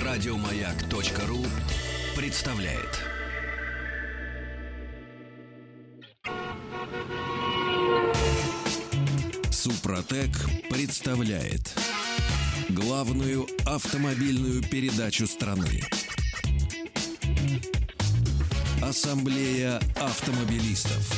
Радиомаяк.ру представляет. Супротек представляет главную автомобильную передачу страны. Ассамблея автомобилистов.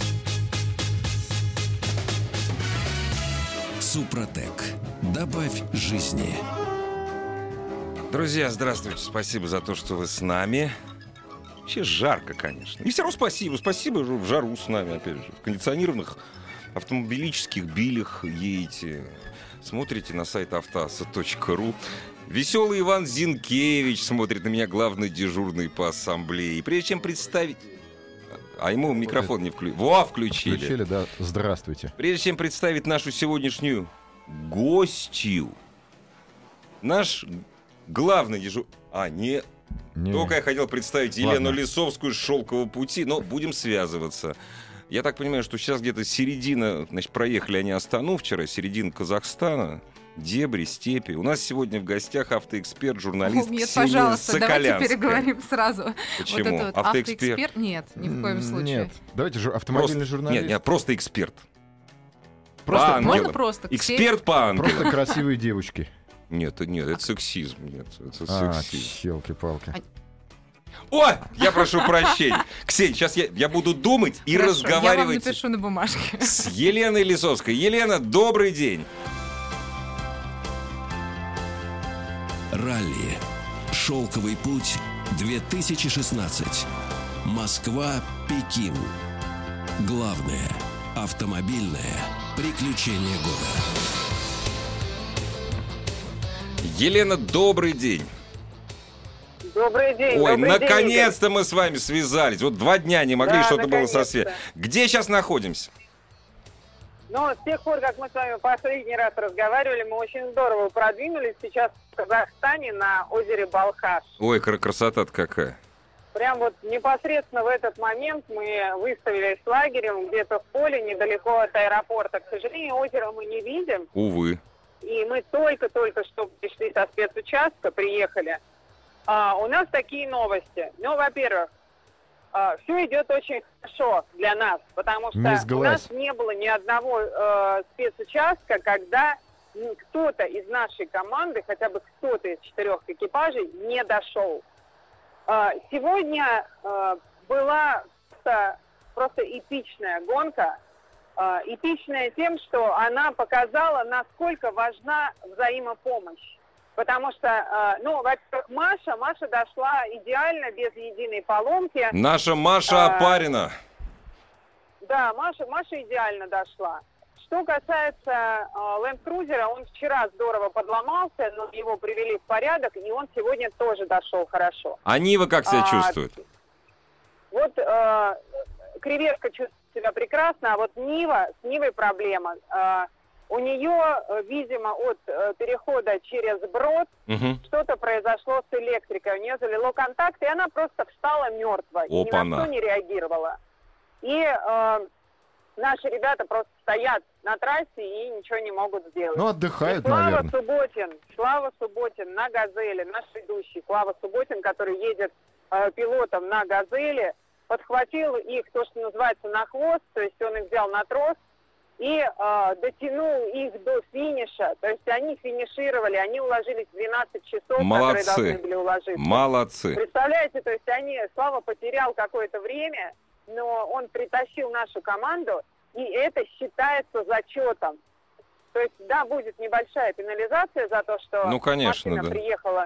Супротек. Добавь жизни. Друзья, здравствуйте. Спасибо за то, что вы с нами. Вообще жарко, конечно. И все равно спасибо в жару с нами, опять же. В кондиционированных автомобилических билях едете. Смотрите на сайт автоаса.ру. Веселый Иван Зинкевич смотрит на меня, главный дежурный по ассамблее. И прежде чем представить... А ему микрофон не включили. Включили. Включили, да. Здравствуйте. Прежде чем представить нашу сегодняшнюю гостью, наш главный дежурный... Только я хотел представить Елену Лисовскую с «Шелкового пути», но будем связываться. Я так понимаю, что сейчас где-то середина, значит, проехали они Астану вчера, середина Казахстана, дебри, степи. У нас сегодня в гостях автоэксперт, журналист Нет, Ксения пожалуйста, Соколянская. давайте переговорим сразу. Почему? Вот это автоэксперт? Нет, ни в коем случае. Нет, давайте же автомобильный журналист. Нет, просто эксперт. Можно просто? Эксперт по ангелам. Просто красивые девочки. Нет, это сексизм. Нет, это сексизм. Ёлки-палки. О, я прошу прощения. Ксения, сейчас я буду думать и Хорошо, разговаривать я вам напишу на бумажке. с Еленой Лисовской. Елена, добрый день. Ралли. Шелковый путь 2016. Москва, Пекин. Главное автомобильное приключение года. Елена, добрый день. Добрый день. Ой, добрый наконец-то день, мы с вами связались. Вот 2 дня не могли, Да, что-то было со наконец-то. связью. Где сейчас находимся? Ну, с тех пор, как мы с вами последний раз разговаривали, мы очень здорово продвинулись. Сейчас в Казахстане на озере Балхаш. Ой, красота-то какая. Прям вот непосредственно в этот момент мы выставились лагерем где-то в поле недалеко от аэропорта. К сожалению, озеро мы не видим. Увы. И мы только что пришли со спецучастка, приехали. У нас такие новости. Ну, во-первых, все идет очень хорошо для нас, потому что у нас не было ни одного спецучастка, когда кто-то из нашей команды, хотя бы кто-то из 4 экипажей, не дошел. Сегодня была просто эпичная гонка. Эпичная тем, что она показала, насколько важна взаимопомощь. Потому что, во-первых, Маша дошла идеально, без единой поломки. Наша Маша Опарина. Да, Маша идеально дошла. Что касается Land Cruiser, он вчера здорово подломался, но его привели в порядок, и он сегодня тоже дошел хорошо. А Нива как себя чувствует? Вот креветка чувствует себя прекрасно, а вот с Нивой проблема. У нее, видимо, от перехода через брод что-то произошло с электрикой. У нее залило контакт, и она просто встала мертво. И ни на что не реагировала. И наши ребята просто стоят на трассе и ничего не могут сделать. Ну, отдыхают, Слава наверное. Слава Субботин на «Газели», наш ведущий Слава Субботин, который едет пилотом на «Газели», подхватил их, то, что называется, на хвост, то есть он их взял на трос, и дотянул их до финиша. То есть они финишировали, они уложились в 12 часов, Молодцы. которые должны были уложиться. Молодцы. Представляете, то есть Слава потерял какое-то время, но он притащил нашу команду, и это считается зачетом. То есть, да, будет небольшая пенализация за то, что машина приехала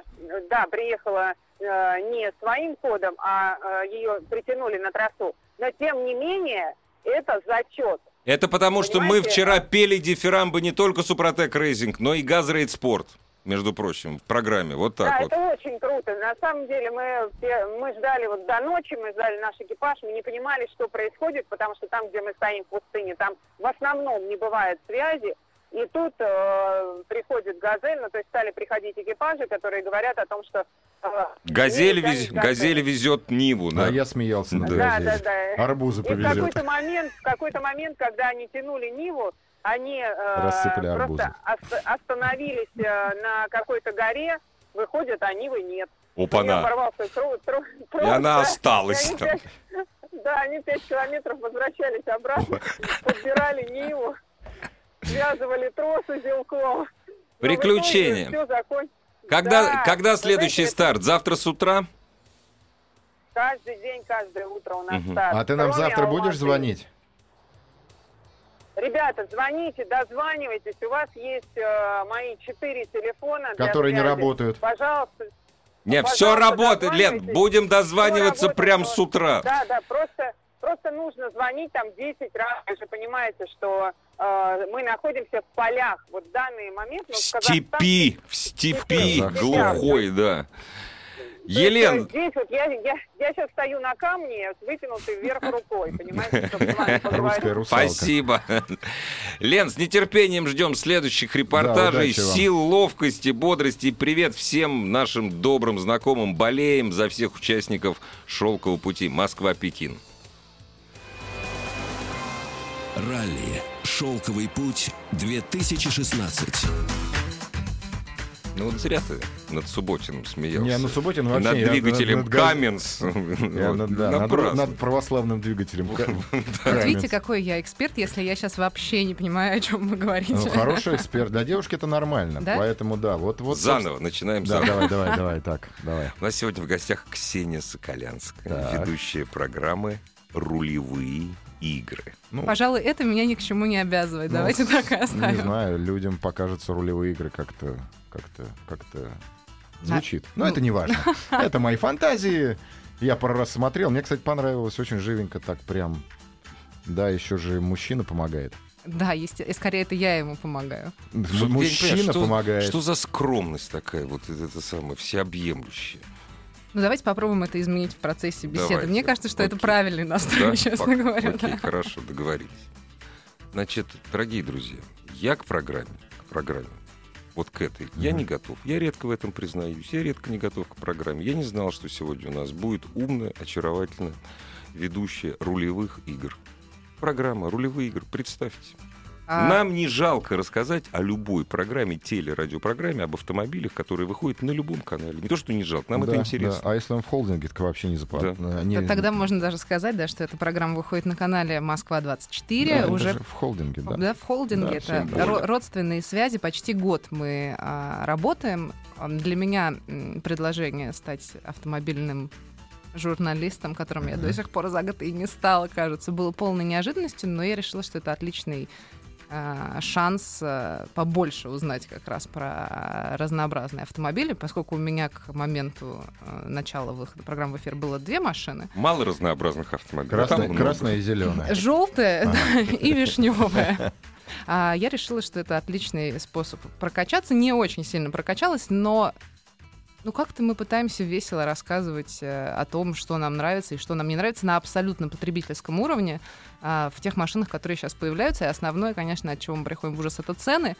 не своим ходом, а ее притянули на трассу. Но, тем не менее, это зачет. Это потому, что мы вчера пели дифирамбы не только Супротек Рейсинг, но и Газрейд Спорт, между прочим, в программе. Вот так вот. Да, это очень круто. На самом деле мы ждали вот до ночи, мы ждали наш экипаж, мы не понимали, что происходит, потому что там, где мы стоим в пустыне, там в основном не бывает связи. И тут приходит «Газель», то есть стали приходить экипажи, которые говорят о том, что... «Газель» везет Ниву, да? А я смеялся над «Газелью». Да. Арбузы И повезет. в какой-то момент, когда они тянули Ниву, они рассыпали арбузы. просто остановились на какой-то горе, выходят, а Нивы нет. Опа-на. Порвался и она осталась там. Да, они 5 километров возвращались обратно, подбирали Ниву, связывали трос узелком. Приключения. Когда следующий старт? Завтра с утра? Каждый день, каждое утро у нас старт. А ты нам завтра будешь звонить? Ребята, звоните, дозванивайтесь. У вас есть мои 4 телефона. Которые не работают. Пожалуйста. Нет, все работает, Лен, будем дозваниваться прямо с утра. Да, просто нужно звонить там 10 раз. Вы же понимаете, что мы находимся в полях. Вот в данный момент... В степи, глухой, да. Елена... Здесь вот я сейчас стою на камне с вытянутой вверх рукой, понимаете, чтобы с вами поговорить. Спасибо. Лен, с нетерпением ждем следующих репортажей. Да, сил, ловкости, бодрости. Привет всем нашим добрым знакомым. Болеем за всех участников «Шелкового пути». Москва-Пекин. Ралли «Шелковый путь 2016». Ну вот зря ты над Субботиным смеялся. Не, над Субботиным вообще... Над двигателем Каменс. Над православным двигателем. Вот видите, какой я эксперт, если я сейчас вообще не понимаю, о чем вы говорите. Ну, хороший эксперт. Для девушки это нормально. Поэтому, да. Вот заново, начинаем заново. Давай. У нас сегодня в гостях Ксения Соколянская, ведущая программы «Рулевые игры». Пожалуй, это меня ни к чему не обязывает. Давайте так и оставим. Не знаю, людям покажутся рулевые игры как-то звучит. Но это не важно. Это мои фантазии. Я пару раз смотрел. Мне, кстати, понравилось очень живенько, так прям. Да, еще же мужчина помогает. Да, скорее это я ему помогаю. Мужчина помогает. Что за скромность такая, вот это самое, всеобъемлющая? Ну, давайте попробуем это изменить в процессе беседы. Мне кажется, что это правильный настрой, честно говоря. Окей, хорошо, договорились. Значит, дорогие друзья, я к программе, вот к этой, я не готов. Я редко в этом признаюсь. Я редко не готов к программе. Я не знал, что сегодня у нас будет умная, очаровательная ведущая рулевых игр. Программа «Рулевые игры». Представьте. Нам не жалко рассказать о любой программе, телерадиопрограмме, об автомобилях, которые выходят на любом канале. Не то, что не жалко, нам это интересно. Да. А если он в холдинге, так вообще не западет. Тогда можно даже сказать, что эта программа выходит на канале «Москва-24». Уже в холдинге, да. Да, в холдинге. Это родственные связи. Почти год мы работаем. Для меня предложение стать автомобильным журналистом, которым я до сих пор за год и не стала, кажется, было полной неожиданностью, но я решила, что это отличный шанс побольше узнать как раз про разнообразные автомобили, поскольку у меня к моменту начала выхода программы в эфир было 2 машины. Мало разнообразных автомобилей. Красная и зеленая. Желтая и вишневая. Я решила, что это отличный способ прокачаться. Не очень сильно прокачалась, но как-то мы пытаемся весело рассказывать о том, что нам нравится и что нам не нравится на абсолютно потребительском уровне в тех машинах, которые сейчас появляются. И основное, конечно, от чего мы приходим в ужас, это цены.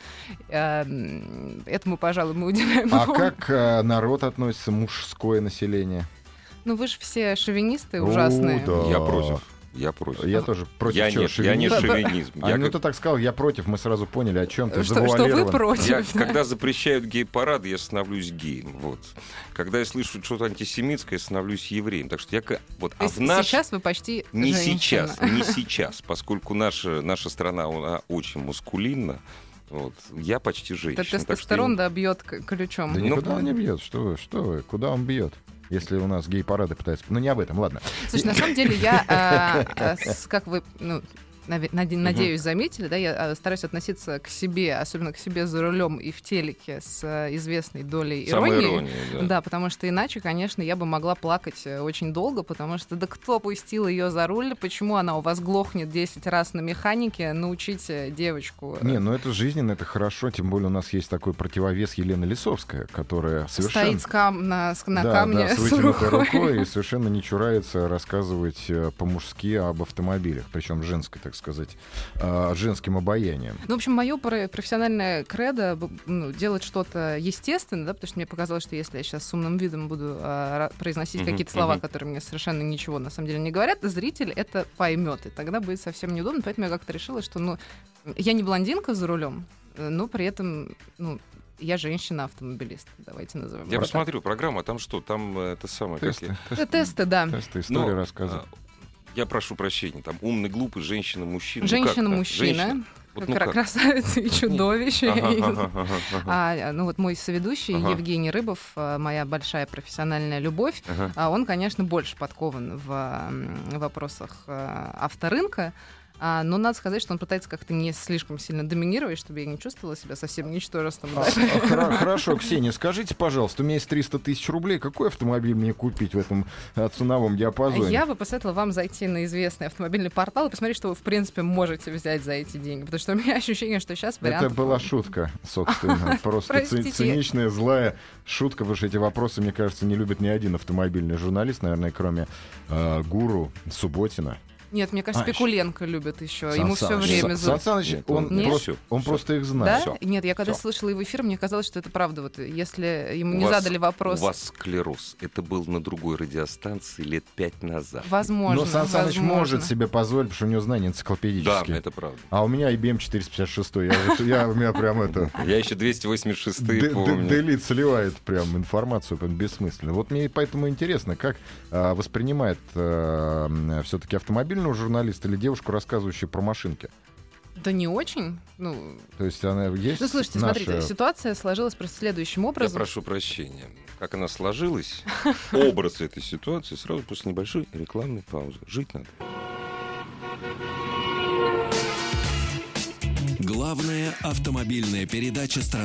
Этому, пожалуй, мы уделяем. А как народ относится, мужское население? Вы же все шовинисты ужасные. Да. Я против. Я тоже против. Я не шовинизм. Ты так сказал, я против, мы сразу поняли, о чем ты. Что вы против? Когда запрещают гей-парады, я становлюсь геем. Вот. Когда я слышу что-то антисемитское, я становлюсь евреем. Так что сейчас вы почти женщина. Не сейчас, поскольку наша страна она очень мускулинна. Вот. Я почти женщина. Это тестостерон бьет ключом. Да никуда он не бьет. Что вы? Куда он бьет? Если у нас гей-парады пытаются... не об этом, ладно. Слушай, на самом деле я, как вы, надеюсь, заметили, да, я стараюсь относиться к себе, особенно к себе за рулем и в телеке с известной долей иронии. Да, потому что иначе, конечно, я бы могла плакать очень долго, потому что кто пустил ее за руль, почему она у вас глохнет 10 раз на механике, научите девочку. Это жизненно, это хорошо, тем более у нас есть такой противовес Елена Лисовская, которая совершенно... Стоит на камне с вытянутой рукой и совершенно не чурается рассказывать по-мужски об автомобилях, причем женской, так сказать, женским обаянием. В общем, мое профессиональное кредо делать что-то естественно, да, потому что мне показалось, что если я сейчас с умным видом буду произносить какие-то слова, которые мне совершенно ничего на самом деле не говорят, зритель это поймет, и тогда будет совсем неудобно. Поэтому я как-то решила, что я не блондинка за рулем, но при этом Я женщина-автомобилист, давайте назовем. Я посмотрю программу, а там что? Там это самое... Тесты, да. Тесты, история рассказывает. Я прошу прощения, там умный, глупый, женщина, мужчина. Женщина-мужчина. Красавица и чудовище. Ну вот мой соведущий Евгений Рыбов, моя большая профессиональная любовь, он, конечно, больше подкован в вопросах авторынка. Но надо сказать, что он пытается как-то не слишком сильно доминировать, чтобы я не чувствовала себя совсем ничтожеством. Хорошо, Ксения, скажите, пожалуйста, у меня есть 300 тысяч рублей. Какой автомобиль мне купить в этом ценовом диапазоне? Я бы посоветовала вам зайти на известный автомобильный портал и посмотреть, что вы, в принципе, можете взять за эти деньги. Потому что у меня ощущение, что сейчас вариантов... Это была шутка, собственно. Просто циничная, злая шутка, потому что эти вопросы, мне кажется, не любит ни один автомобильный журналист, наверное, кроме гуру Субботина. Нет, мне кажется, Пикуленко любит еще. Ему все время Сан Саныч, он просто их знает. Да? Нет, я когда слышала его эфир, мне казалось, что это правда. Вот если ему не задали вопрос... У вас склероз. Это был на другой радиостанции лет 5 назад. Возможно. Но Сан Саныч может себе позволить, потому что у него знания энциклопедические. Да, это правда. А у меня IBM 456. У меня прям это... Я еще 286 помню. Делит сливает прям информацию бессмысленно. Вот мне поэтому интересно, как воспринимает все-таки автомобиль журналист или девушку, рассказывающую про машинки? Да не очень. То есть она есть. Ну, слушайте, смотрите, ситуация сложилась просто следующим образом. Я прошу прощения. Как она сложилась, образ этой ситуации сразу после небольшой рекламной паузы. Жить надо. Главная автомобильная передача страны.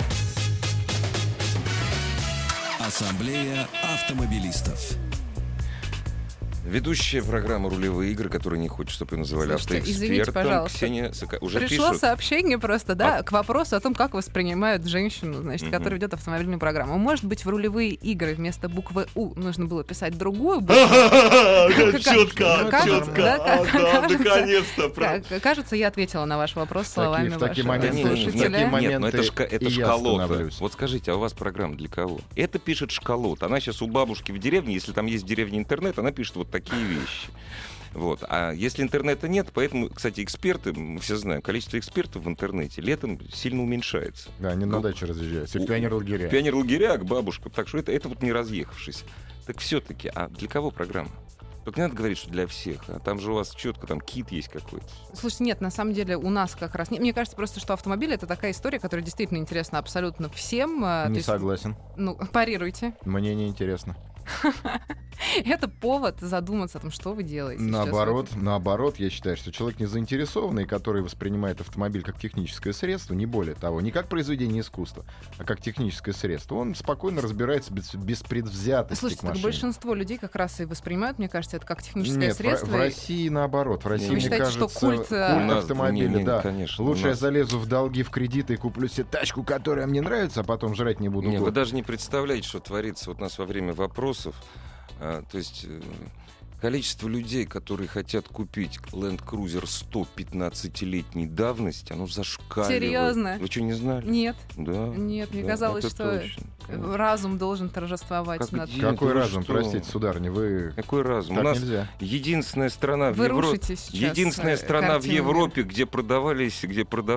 Ассамблея автомобилистов. Ведущая программы «Рулевые игры», которая не хочет, чтобы ее называли автоэкспертом. Извините, пожалуйста. Ксения уже пришло пишут. Сообщение просто, к вопросу о том, как воспринимают женщину, значит, которая ведет автомобильную программу. Может быть, в рулевые игры вместо буквы «У» нужно было писать другую букву? Четко, наконец-то. Кажется, я ответила на ваш вопрос словами вашего слушателя. Нет, но это шкалота. Вот скажите, а у вас программа для кого? Это пишет шкалота. Она сейчас у бабушки в деревне, если там есть в деревне интернет, она пишет вот такие вещи. Вот. А если интернета нет, поэтому, кстати, эксперты, мы все знаем, количество экспертов в интернете летом сильно уменьшается. Да, они на даче разъезжаются. В пионер-лагеря. Пионер-лагеря к бабушкам. Так что это вот не разъехавшись. Так все-таки, а для кого программа? Только не надо говорить, что для всех. А там же у вас четко там кит есть какой-то. Слушайте, нет, на самом деле у нас как раз... Мне кажется просто, что автомобиль — это такая история, которая действительно интересна абсолютно всем. Не согласен. Парируйте. Мне не интересно. Это повод задуматься о том, что вы делаете. Наоборот, я считаю, что человек не заинтересованный, который воспринимает автомобиль как техническое средство, не более того, не как произведение искусства, а как техническое средство, он спокойно разбирается без предвзятости. Слушайте, так большинство людей как раз и воспринимают, мне кажется, это как техническое средство. В России наоборот. В России, мне кажется, что культ автомобиля, да. Конечно, лучше я залезу в долги, в кредиты и куплю себе тачку, которая мне нравится, а потом жрать не буду. Вы даже не представляете, что творится вот у нас во время вопросов. То есть количество людей, которые хотят купить Land Cruiser 115-летней давности, оно зашкаливает. Серьезно? Вы что, не знали? Нет. Да. Нет, мне казалось, что разум должен торжествовать. Какой разум, простите, сударыня, вы... Какой разум? Так у нас нельзя. Единственная страна в Европе, где продавались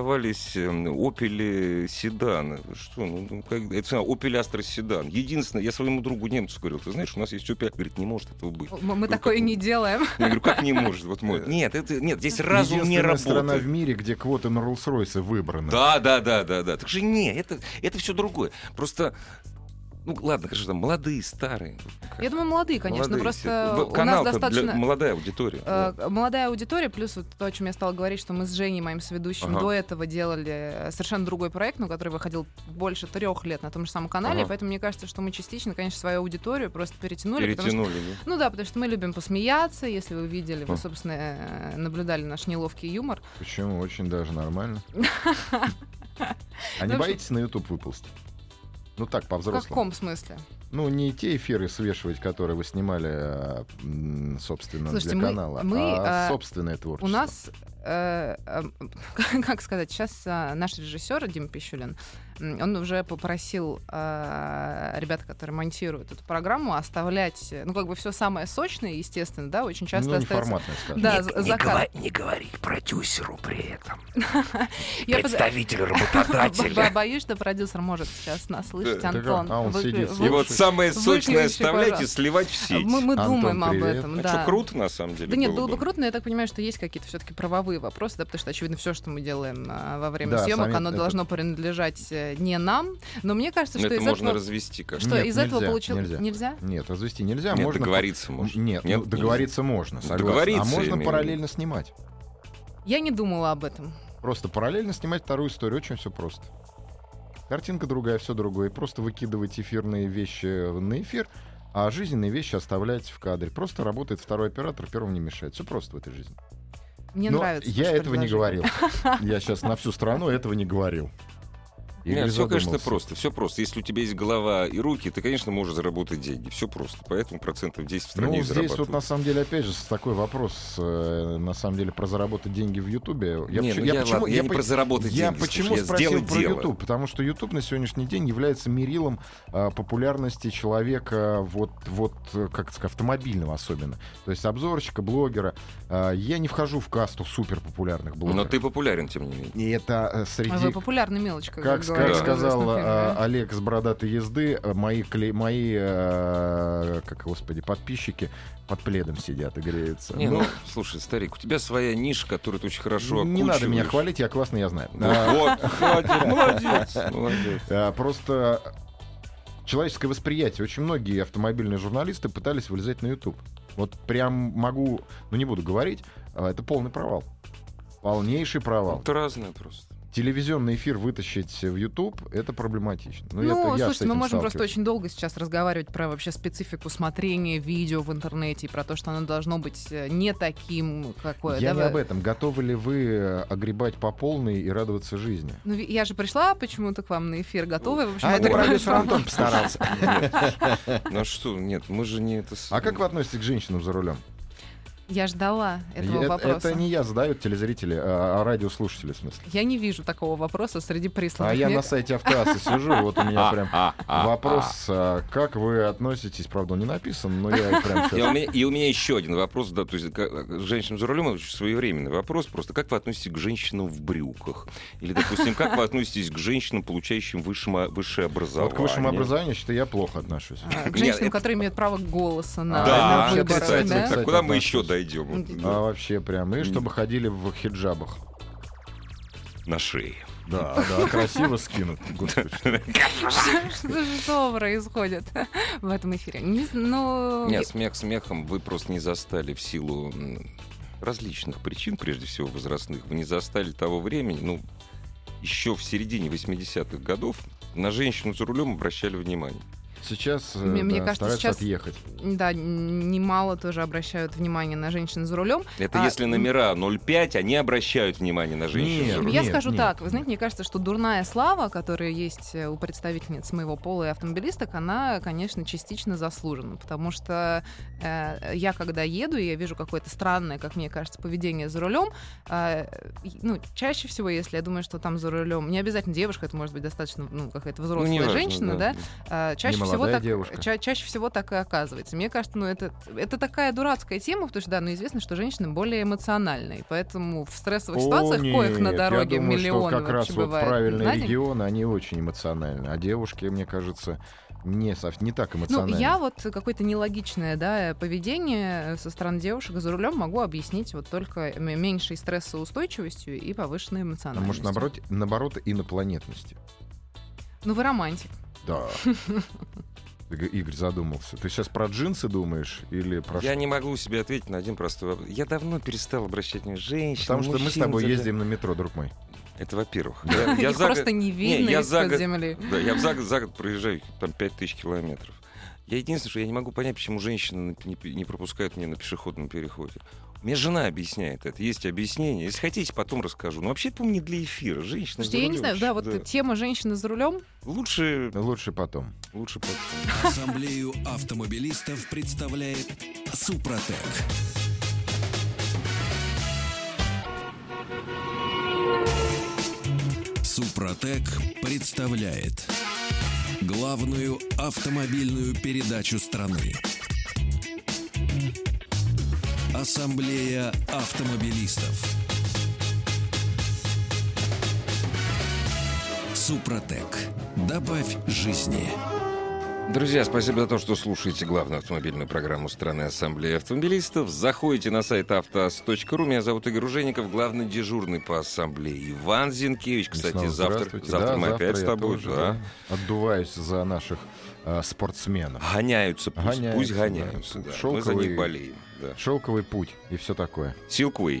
Opel седаны. Что? Это Opel Astra седан. Единственное, я своему другу немцу говорил, ты знаешь, у нас есть Opel. Говорит, не может этого быть. Мы такое не делаем. Я говорю, как не может? Вот мой. Нет, здесь разум не работает. Страна в мире, где квоты на Роллс-Ройсы выбраны. Да. Так же нет, это все другое. Просто... ладно, конечно, там молодые, старые. Я думаю, молодые, конечно. Молодые, просто у канал нас достаточно... молодая аудитория. Молодая аудитория, плюс вот то, о чем я стала говорить, что мы с Женей, моим соведущим, до этого делали совершенно другой проект, который выходил больше 3 лет на том же самом канале, поэтому мне кажется, что мы частично, конечно, свою аудиторию просто перетянули. Потому что мы любим посмеяться, если вы видели, вы, собственно, наблюдали наш неловкий юмор. Почему? Очень даже нормально. А не боитесь на YouTube выползти? Так, по-взрослому. В каком смысле? Не те эфиры свешивать, которые вы снимали, собственно, для канала, а собственное творчество. У нас как сказать, сейчас наш режиссер Дима Пищулин, он уже попросил ребят, которые монтируют эту программу, оставлять, все самое сочное, естественно, да, очень часто остается... Да, не говорить продюсеру при этом. Представителю работодателя. Боюсь, что продюсер может сейчас нас слышать, Антон. И вот самое сочное оставлять и сливать в сеть. Мы думаем об этом, да. Что круто, на самом деле. Да нет, было бы круто, но я так понимаю, что есть какие-то все-таки правовые вопросы, да, потому что, очевидно, все, что мы делаем во время съемок, оно должно принадлежать не нам, но мне кажется, что это можно развести как-то. Что из этого получилось... Нельзя? Нет, развести нельзя. Нет, договориться можно. Нет, договориться можно, согласен. А можно параллельно снимать. Я не думала об этом. Просто параллельно снимать вторую историю. Очень все просто. Картинка другая, все другое. Просто выкидывать эфирные вещи на эфир, а жизненные вещи оставлять в кадре. Просто работает второй оператор, первому не мешает. Все просто в этой жизни. Мне нравится. Я этого не говорил. Я сейчас на всю страну этого не говорил. Нет, все, конечно, просто. Все просто. Если у тебя есть голова и руки, ты, конечно, можешь заработать деньги. Все просто. Поэтому 10% в стране здесь вот на самом деле, опять же, такой вопрос, на самом деле, про заработать деньги в Ютубе. Я не про заработать деньги. Я почему спросил про Ютуб? Потому что Ютуб на сегодняшний день является мерилом популярности человека, как сказать, автомобильного особенно. То есть обзорщика, блогера. Я не вхожу в касту суперпопулярных блогеров. Но ты популярен, тем не менее. И это среди... Вы популярный, мелочка. Как сказал Олег с бородатой езды, мои подписчики под пледом сидят и греются. Слушай, старик, у тебя своя ниша, которую ты очень хорошо окучиваешь. Не надо меня хвалить, я классный, я знаю. Молодец. Просто человеческое восприятие. Очень многие автомобильные журналисты пытались вылезать на YouTube. Вот прям могу, не буду говорить, это полный провал. Полнейший провал. Это разное просто. Телевизионный эфир вытащить в YouTube — это проблематично. Слушайте, мы можем просто очень долго сейчас разговаривать про вообще специфику смотрения видео в интернете и про то, что оно должно быть не таким, какое. Я не об этом. Готовы ли вы огребать по полной и радоваться жизни? Я же пришла почему-то к вам на эфир готовая. Это продюсер Антон постарался. Нет, мы же не это... А как вы относитесь к женщинам за рулем? Я ждала этого вопроса. Это не я задают телезрители, а радиослушатели, в смысле. Я не вижу такого вопроса среди присланных. А я на сайте Автоассы сижу, вот у меня прям вопрос, как вы относитесь, правда, он не написан, но я прям сейчас... И у меня еще один вопрос, да, то есть женщинам за рулем, очень своевременный вопрос, просто как вы относитесь к женщинам в брюках? Или, допустим, как вы относитесь к женщинам, получающим высшее образование? Вот к высшему образованию, что я плохо отношусь. К женщинам, которые имеют право голоса на выборах. Да, куда мы еще дойдем? А вообще прям. И чтобы ходили в хиджабах. На шее. Да, красиво скинут. Что происходит в этом эфире? Нет, смех смехом. Вы просто не застали в силу различных причин, прежде всего возрастных. Вы не застали того времени, еще в середине 80-х годов на женщину за рулем обращали внимание. Сейчас мне кажется, стараются отъехать. Да, немало тоже обращают внимание на женщин за рулем. Это если номера 05, они обращают внимание на женщин за рулем. Я скажу так. Вы знаете, мне кажется, что дурная слава, которая есть у представительниц моего пола и автомобилисток, она, конечно, частично заслужена. Потому что я, когда еду, и я вижу какое-то странное, как мне кажется, поведение за рулем, чаще всего, если я думаю, что там за рулем, не обязательно девушка, это может быть достаточно какая-то взрослая женщина, да, чаще всего так и оказывается. Мне кажется, это такая дурацкая тема, потому что, известно, что женщины более эмоциональные, поэтому в стрессовых ситуациях, коих на дороге я думаю, миллионы что как раз бывает. Правильные регионы, они очень эмоциональны, а девушки, мне кажется, не так эмоционально. Я какое-то нелогичное поведение со стороны девушек за рулем могу объяснить только меньшей стрессоустойчивостью и повышенной эмоциональностью. А может, наоборот, инопланетностью? Вы романтик. Да. Игорь задумался. Ты сейчас про джинсы думаешь или про... Я не могу себе ответить на один простой вопрос. Я давно перестал обращать внимание женщин. Потому что мы с тобой ездим на метро, друг мой. Это во-первых. Их просто не видно из-под земли. Да, я за год проезжаю 5000 километров. Я единственное, что я не могу понять, почему женщины не пропускают меня на пешеходном переходе. Мне жена объясняет это. Есть объяснение. Если хотите, потом расскажу. Но вообще, это, по-моему, не для эфира. Женщина за рулем. Я не знаю, тема женщины за рулем. Лучше потом. Ассамблею автомобилистов представляет Супротек. Супротек представляет главную автомобильную передачу страны. Ассамблея автомобилистов. Супротек. Добавь жизни. Друзья, спасибо за то, что слушаете главную автомобильную программу страны Ассамблеи автомобилистов. Заходите на сайт автоаз.ру. Меня зовут Игорь Ужеников, главный дежурный по Ассамблее Иван Зинкевич. Кстати, завтра мы опять с тобой. Да. Отдуваюсь за наших спортсменов. Гоняются, пусть гоняются. Да. Мы за них болеем. Да. Шелковый путь и все такое. Силквей,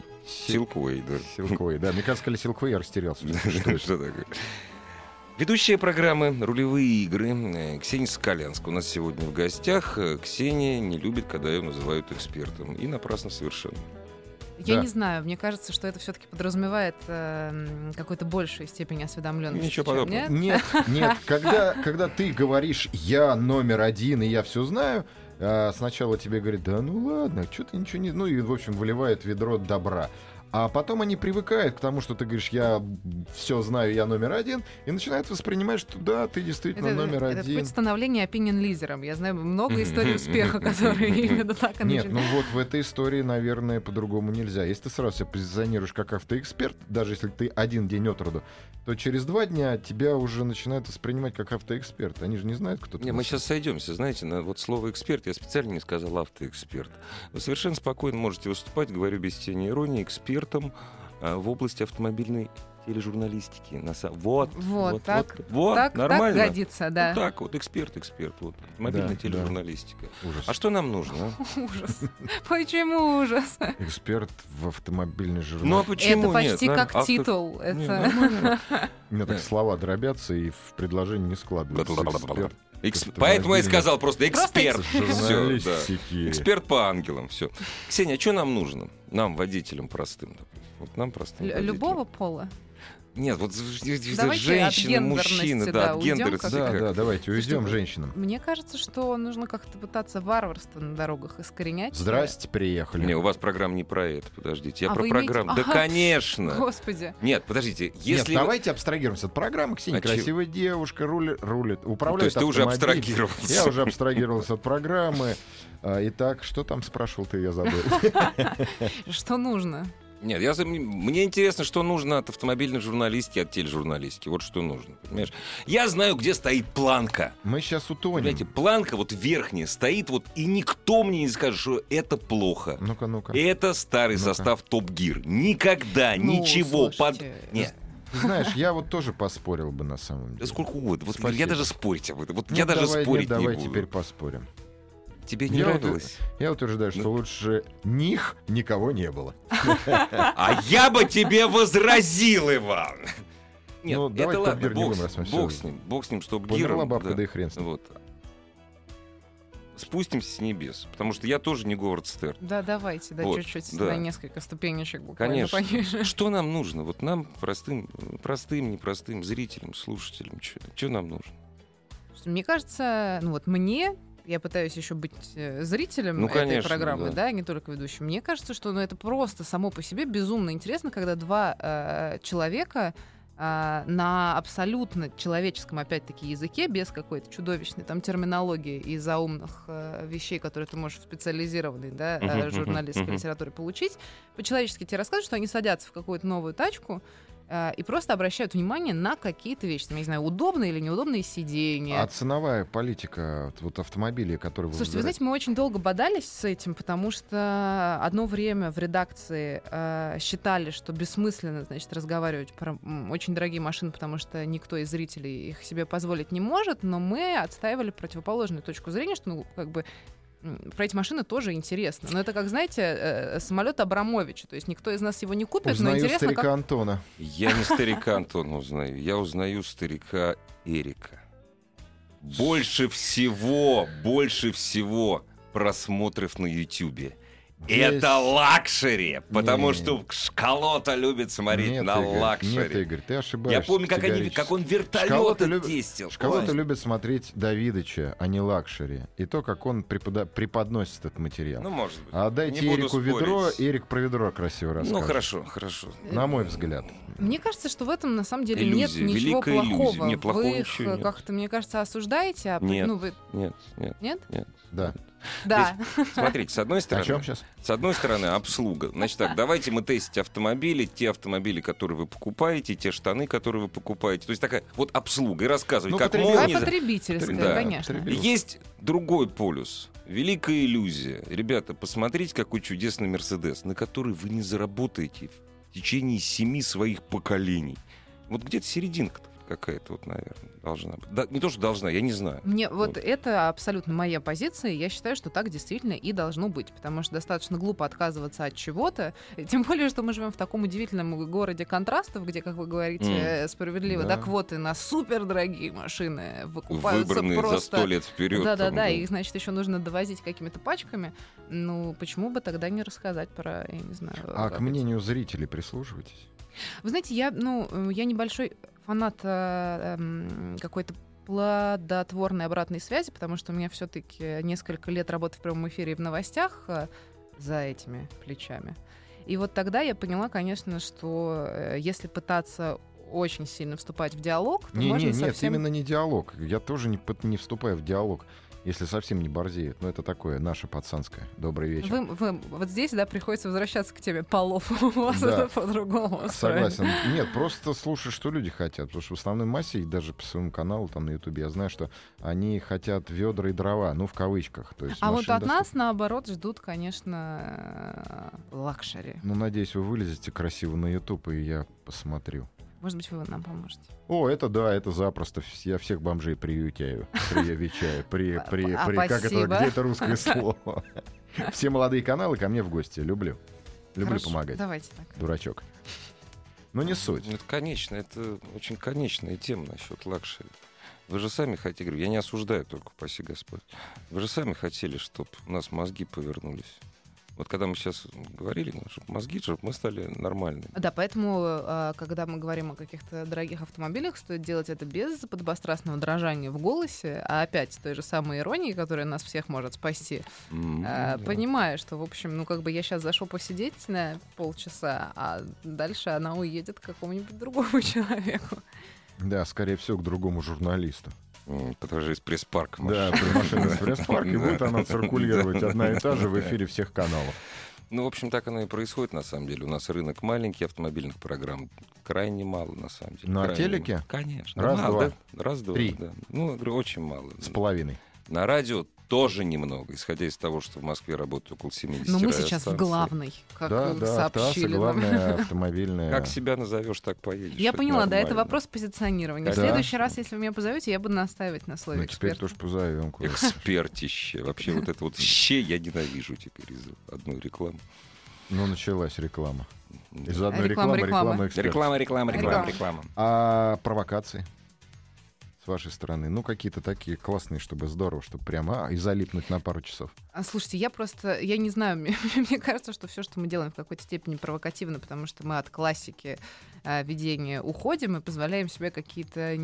да. Мне кажется, сказали Силквей, я растерялся. Что такое? Ведущая программы «Рулевые игры» Ксения Соколянская у нас сегодня в гостях. Ксения не любит, когда ее называют экспертом. И напрасно совершенно. Я не знаю, мне кажется, что это все-таки подразумевает какую-то большую степень осведомленности. Ничего подобного. Нет. Когда ты говоришь «я номер один, и я все знаю», сначала тебе говорят: да ну ладно, что ты ничего не... Ну и, в общем, выливает ведро добра. А потом они привыкают к тому, что ты говоришь: я все знаю, я номер один, и начинают воспринимать, что да, ты действительно номер один. Это какое-то становление opinion-лидером. Я знаю много историй успеха, которые именно так и начинают. Нет, ну вот в этой истории, наверное, по-другому нельзя. Если ты сразу себя позиционируешь как автоэксперт, даже если ты один день от роду, то через 2 дня тебя уже начинают воспринимать как автоэксперт. Они же не знают, кто ты. Не, мы сейчас сойдемся, знаете, на вот слово «эксперт» я специально не сказал «автоэксперт». Вы совершенно спокойно можете выступать, говорю без тени иронии, экспертом в области автомобильной тележурналистики. Вот, так нормально. Так годится, да. Вот так вот, эксперт, вот, автомобильная тележурналистика. Ужас. А что нам нужно? Ужас. Почему ужас? Эксперт в автомобильной журналистике. Ну а почему это почти нет? как титул. У меня так слова дробятся и в предложении не складываются. Поэтому я и сказал просто эксперт. Журналистики. Эксперт по ангелам. Все. Ксения, а что нам нужно? Нам, водителям простым. Вот нам простым. Любого пола? Нет, вот давайте женщины, мужчины, да, от гендерности. Да, давайте уйдем женщинам. Мне кажется, что нужно как-то пытаться варварство на дорогах искоренять. Здрасте, приехали. Не, у вас программа не про это, подождите. Я про программу. Да, конечно. Господи. Нет, подождите. Нет, давайте абстрагируемся от программы. Ксения красивая девушка, рулит, управляет. То есть ты уже абстрагировался. Я уже абстрагировался от программы. Итак, что там спрашивал ты, я забыл. Что нужно? Нет, мне интересно, что нужно от автомобильной журналистики, от тележурналистики. Вот что нужно, понимаешь? Я знаю, где стоит планка. Мы сейчас утонем. Понимаете, планка вот верхняя стоит, вот, и никто мне не скажет, что это плохо. Ну-ка. Это старый состав Топ Гир. Никогда ничего Нет. Знаешь, я вот тоже поспорил бы на самом деле. Да сколько угодно. Вот я даже спорить об этом. Вот я даже спорить не буду. Давай теперь поспорим. Тебе не нравилось? Я утверждаю, что лучше них никого не было. А я бы тебе возразил, Иван! Нет, ну, это ладно, бог с ним, что Гир... Померла бабка, да и хрен с ним. Вот. Спустимся с небес, потому что я тоже не Говард Стерн. Да, давайте, да, вот, чуть-чуть, на несколько ступенечек буквально. Конечно. Что нам нужно? Вот нам, простым, непростым зрителям, слушателям, что нам нужно? Мне кажется, мне... Я пытаюсь еще быть зрителем этой программы, да, не только ведущим. Мне кажется, что это просто само по себе безумно интересно, когда 2 человека на абсолютно человеческом, опять-таки, языке, без какой-то чудовищной там терминологии и заумных вещей, которые ты можешь в специализированной журналистской литературе получить, по-человечески тебе рассказывают, что они садятся в какую-то новую тачку и просто обращают внимание на какие-то вещи. Я не знаю, удобные или неудобные сиденья. А ценовая политика вот автомобилей, которые... Слушайте, вы знаете, мы очень долго бодались с этим, потому что одно время в редакции считали, что бессмысленно, разговаривать про очень дорогие машины, потому что никто из зрителей их себе позволить не может, но мы отстаивали противоположную точку зрения, что, про эти машины тоже интересно. Но это, как, знаете, самолет Абрамовича. То есть никто из нас его не купит, узнаю но интересно, старика Антона. Я не старика Антона узнаю. Я узнаю старика Эрика. Больше всего просмотров на Ютьюбе Это лакшери, потому Не. что Шкалота любит смотреть Нет, на Игорь, лакшери. Нет, Игорь, ты ошибаешься. Я помню, как он вертолеты тестил. Шкалота любит смотреть Давидыча, а не лакшери. И то, как он преподносит этот материал. Ну, может быть. А дайте Не буду Эрику ведро, спорить. Эрик про ведро красиво расскажет. Ну, хорошо. На мой взгляд. Мне кажется, что в этом на самом деле Иллюзия, нет ничего великая иллюзия. плохого. Не, плохого Вы ничего их нет. как-то, мне кажется, осуждаете, а Нет. ну вы Нет. нет? Да. Да. Смотрите, с одной О чем стороны, сейчас? обслуга. Значит так, давайте мы тестить автомобили, те автомобили, которые вы покупаете, те штаны, которые вы покупаете. То есть такая вот обслуга. И рассказывать, Ну, как Давай молния. потребительская, Да. конечно. И есть другой полюс. Великая иллюзия. Ребята, посмотрите, какой чудесный Мерседес, на который вы не заработаете в течение 7 своих поколений. Вот где-то серединка какая-то, вот, наверное, должна быть. Да, не то, что должна, я не знаю. Мне вот это абсолютно моя позиция, и я считаю, что так действительно и должно быть, потому что достаточно глупо отказываться от чего-то, тем более, что мы живем в таком удивительном городе контрастов, где, как вы говорите, справедливо, Да. так вот и на супердорогие машины выкупаются Выбранные просто... за 100 лет вперед. Да-да-да, их, значит, еще нужно довозить какими-то пачками. Ну, почему бы тогда не рассказать про, я не знаю... А как к мнению зрителей прислушивайтесь? Вы знаете, я небольшой фанат какой-то плодотворной обратной связи, потому что у меня все-таки несколько лет работы в прямом эфире и в новостях за этими плечами. И вот тогда я поняла, конечно, что если пытаться очень сильно вступать в диалог, то можно Нет, совсем... именно не диалог. Я тоже не вступаю в диалог, если совсем не борзеют. Но это такое, наше пацанское. Добрый вечер. Вы вот здесь, да, приходится возвращаться к теме полов. У вас Да. это по-другому устроено. Согласен. Нет, просто слушай, что люди хотят. Потому что в основной массе, и даже по своему каналу там на Ютубе, я знаю, что они хотят ведра и дрова. Ну, в кавычках. То есть А вот машин от нас, достаточно. наоборот, ждут, конечно, лакшери. Ну, надеюсь, вы вылезете красиво на Ютуб, и я посмотрю. Может быть, вы нам поможете. О, это да, это запросто. Я всех бомжей приютяю. Приветчаю. Как это, Спасибо. где это русское слово? Все молодые каналы ко мне в гости. Люблю Хорошо, помогать. Давайте так. Дурачок. Но не суть. Это, конечно, это очень конечная тема насчет лакшери. Вы же сами хотели, говорю, я не осуждаю только, упаси Господь. Вы же сами хотели, чтобы у нас мозги повернулись. Вот когда мы сейчас говорили, чтобы мозги, чтобы мы стали нормальными. Да, поэтому, когда мы говорим о каких-то дорогих автомобилях, стоит делать это без подобострастного дрожания в голосе, а опять с той же самой иронией, которая нас всех может спасти, Да. понимая, что, в общем, я сейчас зашел посидеть на полчаса, а дальше она уедет к какому-нибудь другому человеку. Да, скорее всего, к другому журналисту. Потому из пресс-парка. Да, при машине в пресс-парке будет она циркулировать одна и та же в эфире всех каналов. Ну, в общем, так оно и происходит, на самом деле. У нас рынок маленький, автомобильных программ крайне мало, на самом деле. На Крайне телеке? мало. Конечно. Раз, мало, два. да? Раз, два, Три. да. Ну, я говорю, очень мало. С половиной. На радио тоже немного, исходя из того, что в Москве работает около 70 Но мы сейчас в радиостанций. главной, как Да, Автоаса, сообщили нам. главная автомобильная. Как себя назовешь, так поедешь. Я Это поняла, да, это нормально. вопрос позиционирования. В Да. следующий раз, если вы меня позовете, я буду настаивать на слове Ну, теперь эксперт. тоже позовем. куда-то. Экспертище. Вообще вот это вот ще я ненавижу теперь из одной рекламы. Ну, началась реклама. Из одной Реклама. реклама эксперт. Реклама. А провокации с вашей стороны? Ну, какие-то такие классные, чтобы здорово, чтобы прямо и залипнуть на пару часов. Слушайте, я не знаю, мне кажется, что все, что мы делаем, в какой-то степени провокативно, потому что мы от классики ведения уходим и позволяем себе какие-то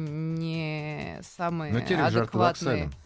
не самые Но телек же адекватные... ортодоксален.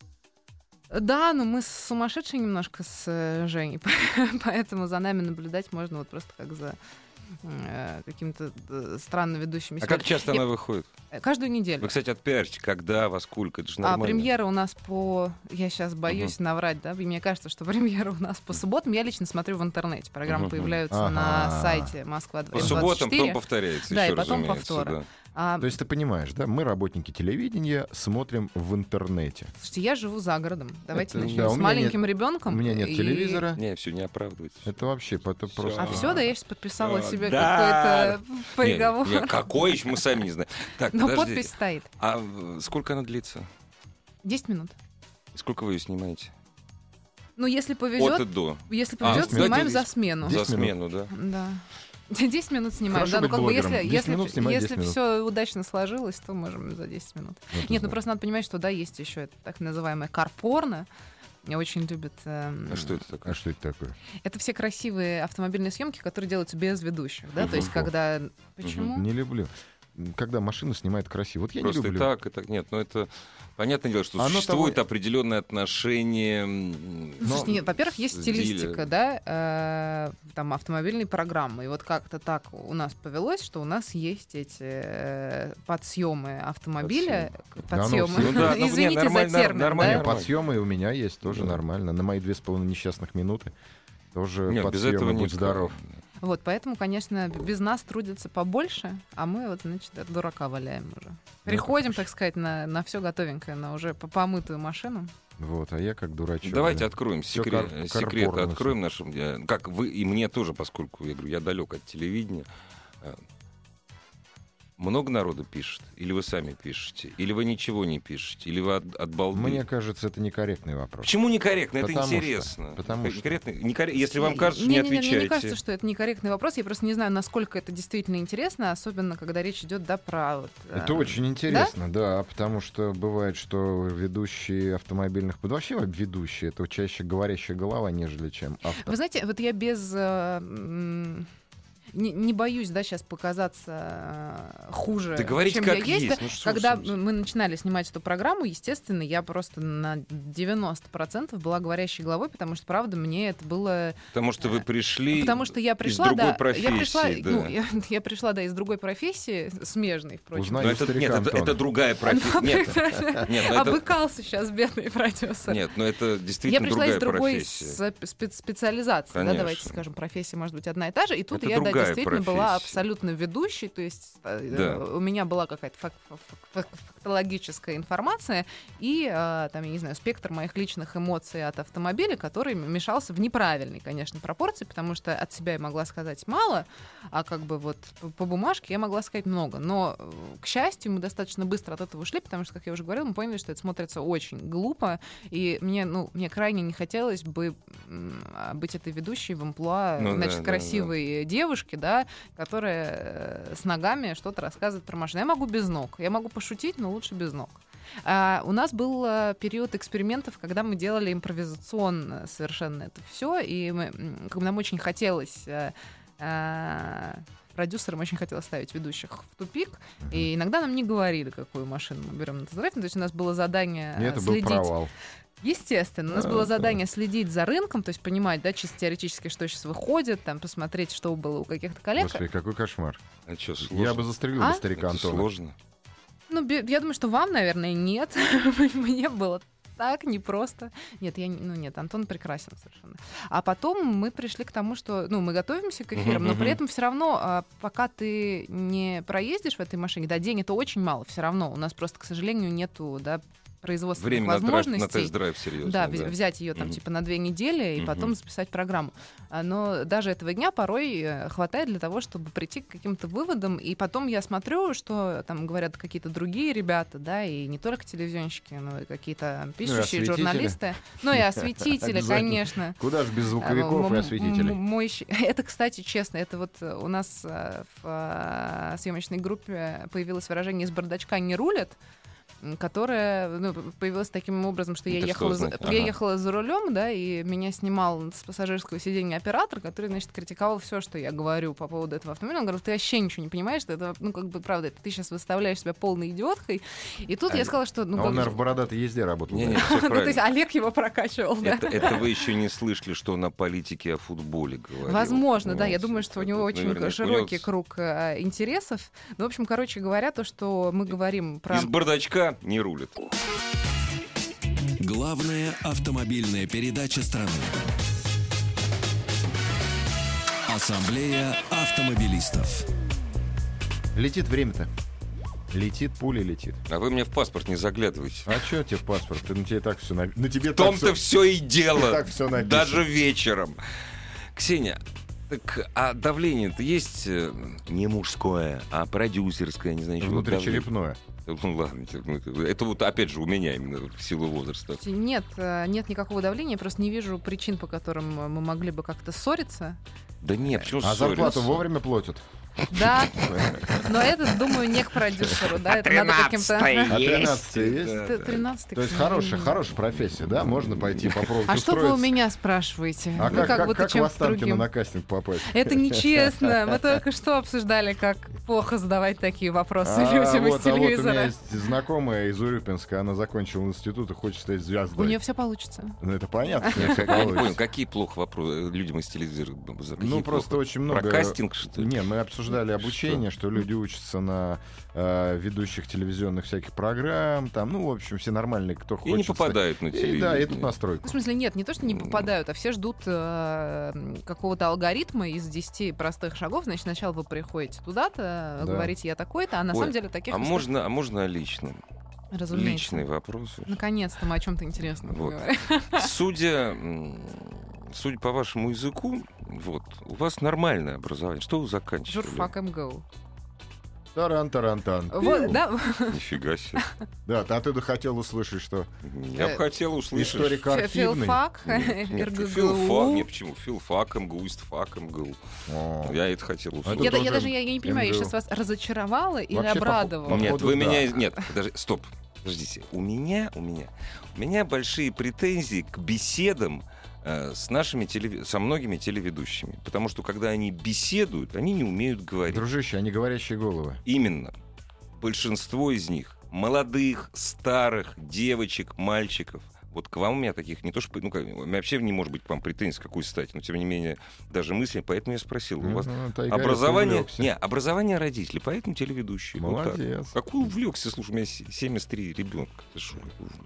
Да, но мы сумасшедшие немножко с Женей, поэтому за нами наблюдать можно вот просто как за каким-то странно ведущим. А как часто она выходит? Каждую неделю. Вы, кстати, отпиарите, когда, во сколько, это же нормально. Премьера у нас я сейчас боюсь наврать, да, и мне кажется, что премьера у нас по субботам. Я лично смотрю в интернете. Программы появляются на сайте Москва-24. По субботам, потом повторяется. Да, еще, и потом разумеется, повторы. да. То есть ты понимаешь, да? Мы, работники телевидения, смотрим в интернете. Слушайте, я живу за городом. Давайте Это, начнем да, у с меня маленьким нет- ребенком. У меня нет телевизора. Не, все, не оправдывается. Это вообще, это Всё. просто... А все, да, я сейчас подписала себе Да. какой-то приговор. Не, какой еще, мы сами не знаем. Так, Но подождите. подпись стоит. А сколько она длится? 10 минут. И сколько вы ее снимаете? Ну, если От и повезет, до. если А, повезет, кстати, снимаем за здесь- смену. Здесь За смену, да? Да. 10 минут снимаем. Хорошо быть блогером. 10 минут снимать 10 если минут. все удачно сложилось, то можем за 10 минут. Вот Нет, это ну просто надо понимать, что да, есть еще это так называемое карпорно. Меня очень любят. А что это такое? А что это такое? Это все красивые автомобильные съемки, которые делаются без ведущих, да, то есть когда. Почему? Не люблю. Когда машину снимают красиво. Вот я Просто не люблю. и так. Нет, ну это понятное дело, что Оно существует того- определенное отношение. Слушайте, нет, во-первых, есть с стилистика, да, там автомобильной программы. И вот как-то так у нас повелось, что у нас есть эти подсъемы автомобиля. Подсъемы. Ну да, ну, Извините нормально, за термин. нормально. да. Подсъемы у меня есть тоже Да. нормально. На мои 2,5 несчастных минуты тоже Нет, без подсъемы, этого будь никак. здоров. Вот, поэтому, конечно, без нас трудится побольше, а мы вот, значит, от дурака валяем уже. Приходим, так сказать, на все готовенькое, на уже помытую машину. Вот, а я как дурачок. Давайте да. откроем Всё секреты, карпорно откроем нашим, как вы и мне тоже, поскольку я говорю, я далек от телевидения. Много народу пишет? Или вы сами пишете? Или вы ничего не пишете? Или вы от балды? Мне кажется, это некорректный вопрос. Почему некорректно? Это Потому что- интересно. потому что- Если вам кажется, не отвечайте. Мне кажется, что это некорректный вопрос. Я просто не знаю, насколько это действительно интересно, особенно когда речь идет, да, про... Вот, Это очень интересно, да, потому что бывает, что ведущие автомобильных... Да вообще ведущие, это чаще говорящая голова, нежели чем автор. Вы знаете, вот я без... Не боюсь, да, сейчас показаться хуже, Да говорите, чем как я есть. есть. Да. Ну, что Когда вы мы начинали снимать эту программу, естественно, я просто на 90% была говорящей головой, потому что, правда, мне это было... Потому что вы пришли Потому что я пришла, из другой да, профессии. да. Ну, я пришла, да, из другой профессии, смежной, впрочем. Узнай Но у это, старика нет, это Антона. другая профессия. Нет, ну это... Обыкался сейчас бедный продюсер. Нет, но это Я действительно пришла из другая другой профессия. специализации, да, Конечно. давайте скажем, профессия может быть одна и та же, и тут Это я, да, другая действительно была профессия. абсолютно ведущей, то есть Да. у меня была какая-то фактологическая информация и, там, я не знаю, спектр моих личных эмоций от автомобиля, который мешался в неправильной, конечно, пропорции, потому что от себя я могла сказать мало, а как бы вот по бумажке я могла сказать много. Но, к счастью, мы достаточно быстро от этого ушли, потому что, как я уже говорила, мы поняли, что это смотрится очень глупо, и мне крайне не хотелось бы быть этой ведущей в амплуа, Ну значит, да, красивой девушки, да, которая с ногами что-то рассказывает про машину. Я могу без ног, я могу пошутить, но лучше без ног. У нас был период экспериментов, когда мы делали импровизационно совершенно это все, и нам очень хотелось... Продюсерам очень хотелось ставить ведущих в тупик, и иногда нам не говорили, какую машину мы берем на тест-драйв. То есть у нас было задание И это был следить. провал. Естественно, у нас было задание следить за рынком, то есть понимать, да, чисто теоретически, что сейчас выходит, там, посмотреть, что было у каких-то коллег. Господи, какой кошмар. А что, сложно? Я бы застрелил бы старика Это Антона. сложно. Ну, я думаю, что вам, наверное, нет. Мне было так непросто. Нет, нет, Антон прекрасен совершенно. А потом мы пришли к тому, что, мы готовимся к эфирам, но при этом все равно, пока ты не проездишь в этой машине, да, денег-то очень мало все равно. У нас просто, к сожалению, нету, да, производственных Время возможностей. на тест-драйв, серьезно. Да, взять ее там типа на 2 недели и потом записать программу. Но даже этого дня порой хватает для того, чтобы прийти к каким-то выводам. И потом я смотрю, что там говорят какие-то другие ребята, да, и не только телевизионщики, но и какие-то пишущие осветители. журналисты. Ну и осветители, Обязательно. конечно. Куда же без звуковиков и осветителей? Это, кстати, честно, это вот у нас в съемочной группе появилось выражение «из бардачка не рулят», которая появилась таким образом, что я ехала за рулем, да, и меня снимал с пассажирского сиденья оператор, который, значит, критиковал все, что я говорю по поводу этого автомобиля. Он говорил, ты вообще ничего не понимаешь, что это, правда, ты сейчас выставляешь себя полной идиоткой. И тут я сказала, что... он, наверное, в бородатой езде работал. Не, все то есть правильно. Олег его прокачивал, да. Это вы еще не слышали, что он о политике, о футболе говорил. Возможно, да. Я Вот, думаю, что у него очень наверняка широкий у него круг интересов. Ну, в общем, короче говоря, то, что мы говорим про... Из бардачка не рулит. Главная автомобильная передача страны. Ассамблея автомобилистов. Летит время-то. Летит, пуля летит. А вы мне в паспорт не заглядывайте. А что тебе в паспорт? На тебе так все написано. На тебе В том-то все и дело. так всё написано. Даже вечером. Ксения, так, а давление-то есть не мужское, а продюсерское, не знаю, чего. Внутричерепное. Ну ладно, это вот опять же у меня именно в силу возраста. Нет никакого давления, я просто не вижу причин, по которым мы могли бы как-то ссориться. Да нет, почему А зарплату ссориться? вовремя платят? Да, но это, думаю, не к продюсеру, да, это надо каким-то... А 13 есть? Да, да. 13-й, То есть к сожалению. хорошая профессия, да? Можно пойти попробовать А что вы у устроиться. меня спрашиваете? А Вы как будто в чем-то Останкино другим. на кастинг попасть? Это нечестно. Мы только что обсуждали, как плохо задавать такие вопросы людям из вот у меня телевизора. есть знакомая из Урюпинска, она закончила институт и хочет стать У звездой. нее все получится. Ну это понятно, что всё Я не понял, получится. какие плохо вопросы людям из телевизора? Ну просто очень много... Про кастинг, что ли? Не, мы обсуждали обучение, что люди учатся на ведущих телевизионных всяких программ, там, ну, в общем, все нормальные, кто И хочет. не попадают на И, телевидение. да, и тут настройку. Ну, в смысле, нет, не то, что не попадают, а все ждут какого-то алгоритма из 10 простых шагов. Значит, сначала вы приходите туда-то, Да. говорите, я такой-то, а на Ой, самом деле таких... А можно о личном? Разумеется. Личные вопросы. Наконец-то мы о чем-то интересном Вот. поговорим. Судя по вашему языку, вот, у вас нормальное образование. Что вы заканчивали? Журфак МГУ. Таран-таран-тан. Вот, да, Нифига себе. Да, а ты бы хотел услышать, что Я бы хотел услышать... историк архивный. филфак, Нет, филфак, РГГУ. нет, почему? Филфак, МГУ, ИСТФАК, МГУ. О. Я это хотел услышать. Это тоже Я не понимаю, я МГУ. сейчас вас разочаровала или Вообще, обрадовала? Нет, Походу, вы да. меня... Нет, стоп. Подождите. У меня большие претензии к беседам с со многими телеведущими. Потому что, когда они беседуют, они не умеют говорить. Дружище, они говорящие головы. Именно. Большинство из них молодых, старых, девочек, мальчиков. Вот к вам у меня таких не то, что... Ну, у меня вообще не может быть к вам претензий, какой стати. Но, тем не менее, даже мысли. Поэтому я спросил. У вас образование... образование родителей, поэтому телеведущий. Вот так. Молодец. Какой увлекся? Слушай, у меня 73 ребенка. Ты шо?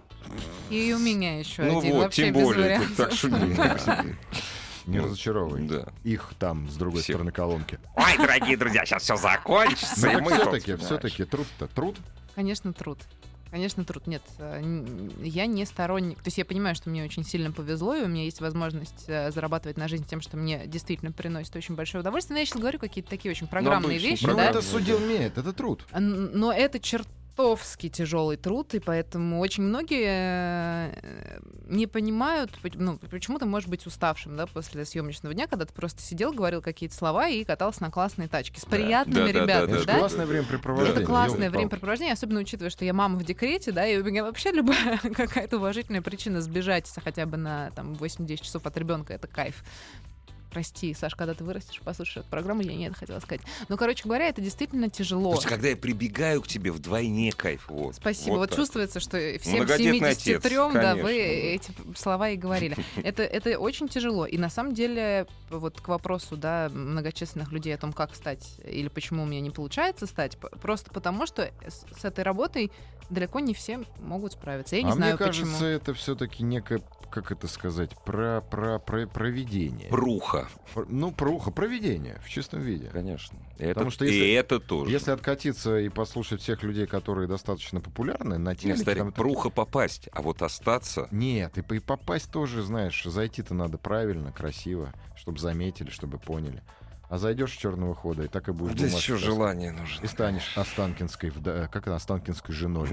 И у меня еще Ну один, вот, вообще тем без более. вариантов. Так шутим. Не разочаровывай. Да. Их там, с другой Всех. стороны колонки. Ой, дорогие друзья, сейчас все закончится. Ну, и так мы тут, все-таки, все-таки труд-то труд. Конечно, труд. Конечно, труд. Нет, я не сторонник. То есть я понимаю, что мне очень сильно повезло, и у меня есть возможность зарабатывать на жизнь тем, что мне действительно приносит очень большое удовольствие. Но я сейчас говорю какие-то такие очень программные обычно вещи, Ну, да? это судья умеет, это труд. Но это чертовски тяжелый труд, и поэтому очень многие не понимают, ну, почему ты можешь быть уставшим, да, после съемочного дня, когда ты просто сидел, говорил какие-то слова и катался на классной тачке с приятными Да, ребятами, Это же да? классное времяпрепровождение. Это классное ёлки-палки. времяпрепровождение, особенно учитывая, что я мама в декрете, да, и у меня вообще любая какая-то уважительная причина сбежать хотя бы на там, 8-10 часов от ребенка, это кайф. Прости, Саш, когда ты вырастешь, послушаешь эту программу, я не это хотела сказать. Но, короче говоря, это действительно тяжело. Потому что когда я прибегаю к тебе, вдвойне кайф. Вот. Спасибо. Вот так. чувствуется, что всем Многодетный 73 отец, да, конечно, вы да. эти слова и говорили. Это очень тяжело. И на самом деле, вот к вопросу, да, многочисленных людей о том, как стать или почему у меня не получается стать, просто потому, что с этой работой далеко не все могут справиться. Я не знаю, мне кажется, почему. это все-таки некое, как это сказать, проведение. Пруха. Ну, проведение в чистом виде. Конечно. Потому что и если- это тоже. Если откатиться и послушать всех людей, которые достаточно популярны на Нет, телеке... старик, там- пруха попасть, а вот остаться... Нет, и попасть тоже, знаешь, зайти-то надо правильно, красиво, чтобы заметили, чтобы поняли. А зайдешь с черного хода, и так и будешь Здесь думать, еще что- желание нужно. И станешь Останкинской, как она, Останкинской женой.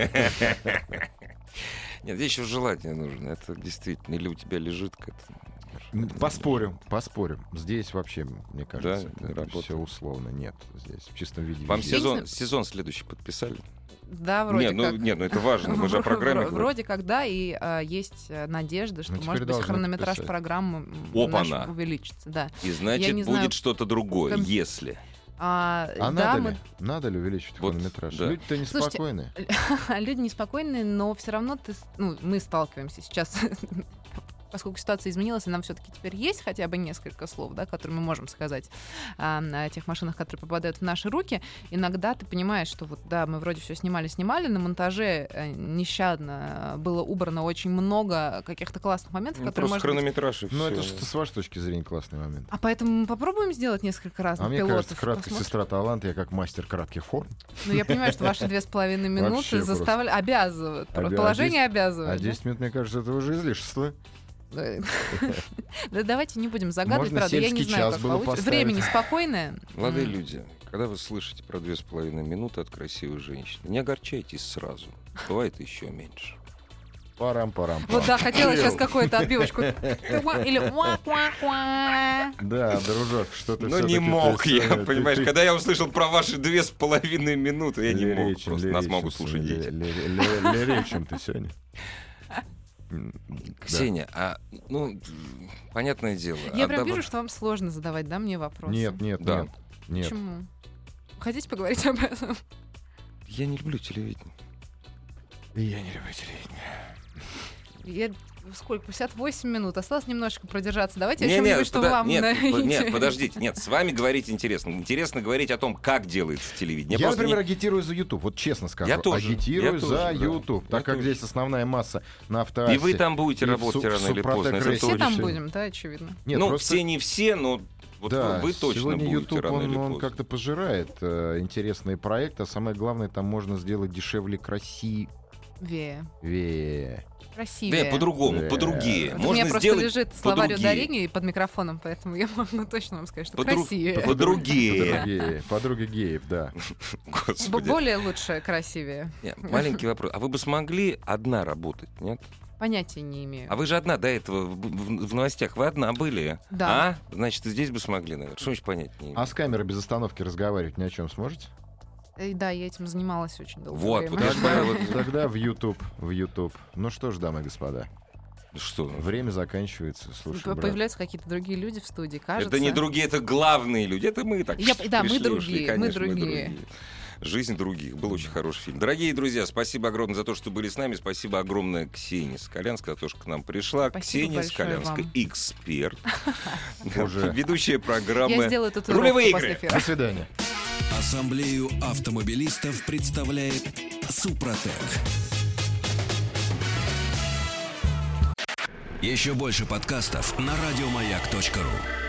Нет, здесь еще желание нужно. Это действительно. Или у тебя лежит как-то... Поспорим. Здесь вообще, мне кажется, Да, это работает. все условно. Нет, здесь в чистом виде. Вам везде. сезон следующий подписали? Да, вроде Нет, как. ну это важно. Мы же о программе говорим. Вроде как, да, и есть надежда, что, Ну, теперь может быть, должны хронометраж подписать. программы Опа-на. наш увеличится, да. И значит, не будет знаю, что-то другое, если. А Да, надо ли увеличивать Вот, хронометраж? да. Люди-то Слушайте, неспокойны. люди неспокойны, но все равно мы сталкиваемся сейчас, поскольку ситуация изменилась, и нам все-таки теперь есть хотя бы несколько слов, да, которые мы можем сказать о тех машинах, которые попадают в наши руки. Иногда ты понимаешь, что вот да, мы вроде все снимали, на монтаже нещадно было убрано очень много каких-то классных моментов, Ну, которые, просто может быть... хронометраж и Ну, всё. это же с вашей точки зрения классный момент. А поэтому мы попробуем сделать несколько разных А мне пилотов. кажется, краткость посмотрим. сестра таланта, я как мастер кратких форм. Ну, я понимаю, что ваши 2,5 минуты Вообще просто. заставляют, обязывают. А Положение 10 обязывает. А да? 10 минут, мне кажется, это уже излишество. Да давайте не будем загадывать, Можно правда, я не сельский знаю, час как было получится. поставить. Время неспокойное. Молодые люди, когда вы слышите про 2,5 минуты от красивой женщины, не огорчайтесь сразу. Бывает еще меньше. Парам-парам. Вот да, хотела сейчас какую-то отбивочку. Или Да, дружок, что ты Ну, не мог я, понимаешь, когда я услышал про ваши 2,5 минуты, я не мог. Просто нас могут слушать дети. Лиричен ты сегодня. Ксения, понятное дело. Я прям вижу, что вам сложно задавать, да, мне вопросы. Нет. Почему? Хотите поговорить об этом? Я не люблю телевидение. Я не люблю телевидение. Сколько? 58 минут. Осталось немножечко продержаться. Давайте о чем-нибудь, что вам... Нет, подождите. Нет, с вами говорить интересно. Интересно говорить о том, как делается телевидение. Я, например, агитирую за YouTube. Вот честно скажу. Я тоже. Агитирую за YouTube. Так как здесь основная масса на автоассе. И вы там будете работать рано или поздно. Все там будем, да, очевидно. Все не все, но... Вот да, вы точно сегодня будете YouTube, рано или он поздно. как-то пожирает интересные проекты, а самое главное, там можно сделать дешевле, красивее. Красивее. По-другому, по-другие. У меня просто лежит словарь ударений под микрофоном, поэтому я могу точно вам сказать, что красивее. По-другие. Подруги геев, да. Более лучше, красивее. Маленький вопрос. А вы бы смогли одна работать, нет? Понятия не имею. А вы же одна до этого в новостях. Вы одна были? Да. Значит, и здесь бы смогли, наверное. Что значит понять не имею? А с камерой без остановки разговаривать ни о чем сможете? Да, я этим занималась очень долго. Вот тогда в YouTube. Ну что ж, дамы и господа. Что? Время заканчивается. Слушай, появляются какие-то другие люди в студии, кажется. Это не другие, это главные люди. Это мы так Да, мы другие. «Жизнь других». Был очень хороший фильм. Дорогие друзья, спасибо огромное за то, что были с нами. Спасибо огромное Ксении Скалянской за то, что к нам пришла. Спасибо Ксения Скалянская, вам. Эксперт. Ведущая программы «Рулевые игры». «Рулевые игры». До свидания. Ассамблею автомобилистов представляет Супротек. Еще больше подкастов на радиомаяк.ру.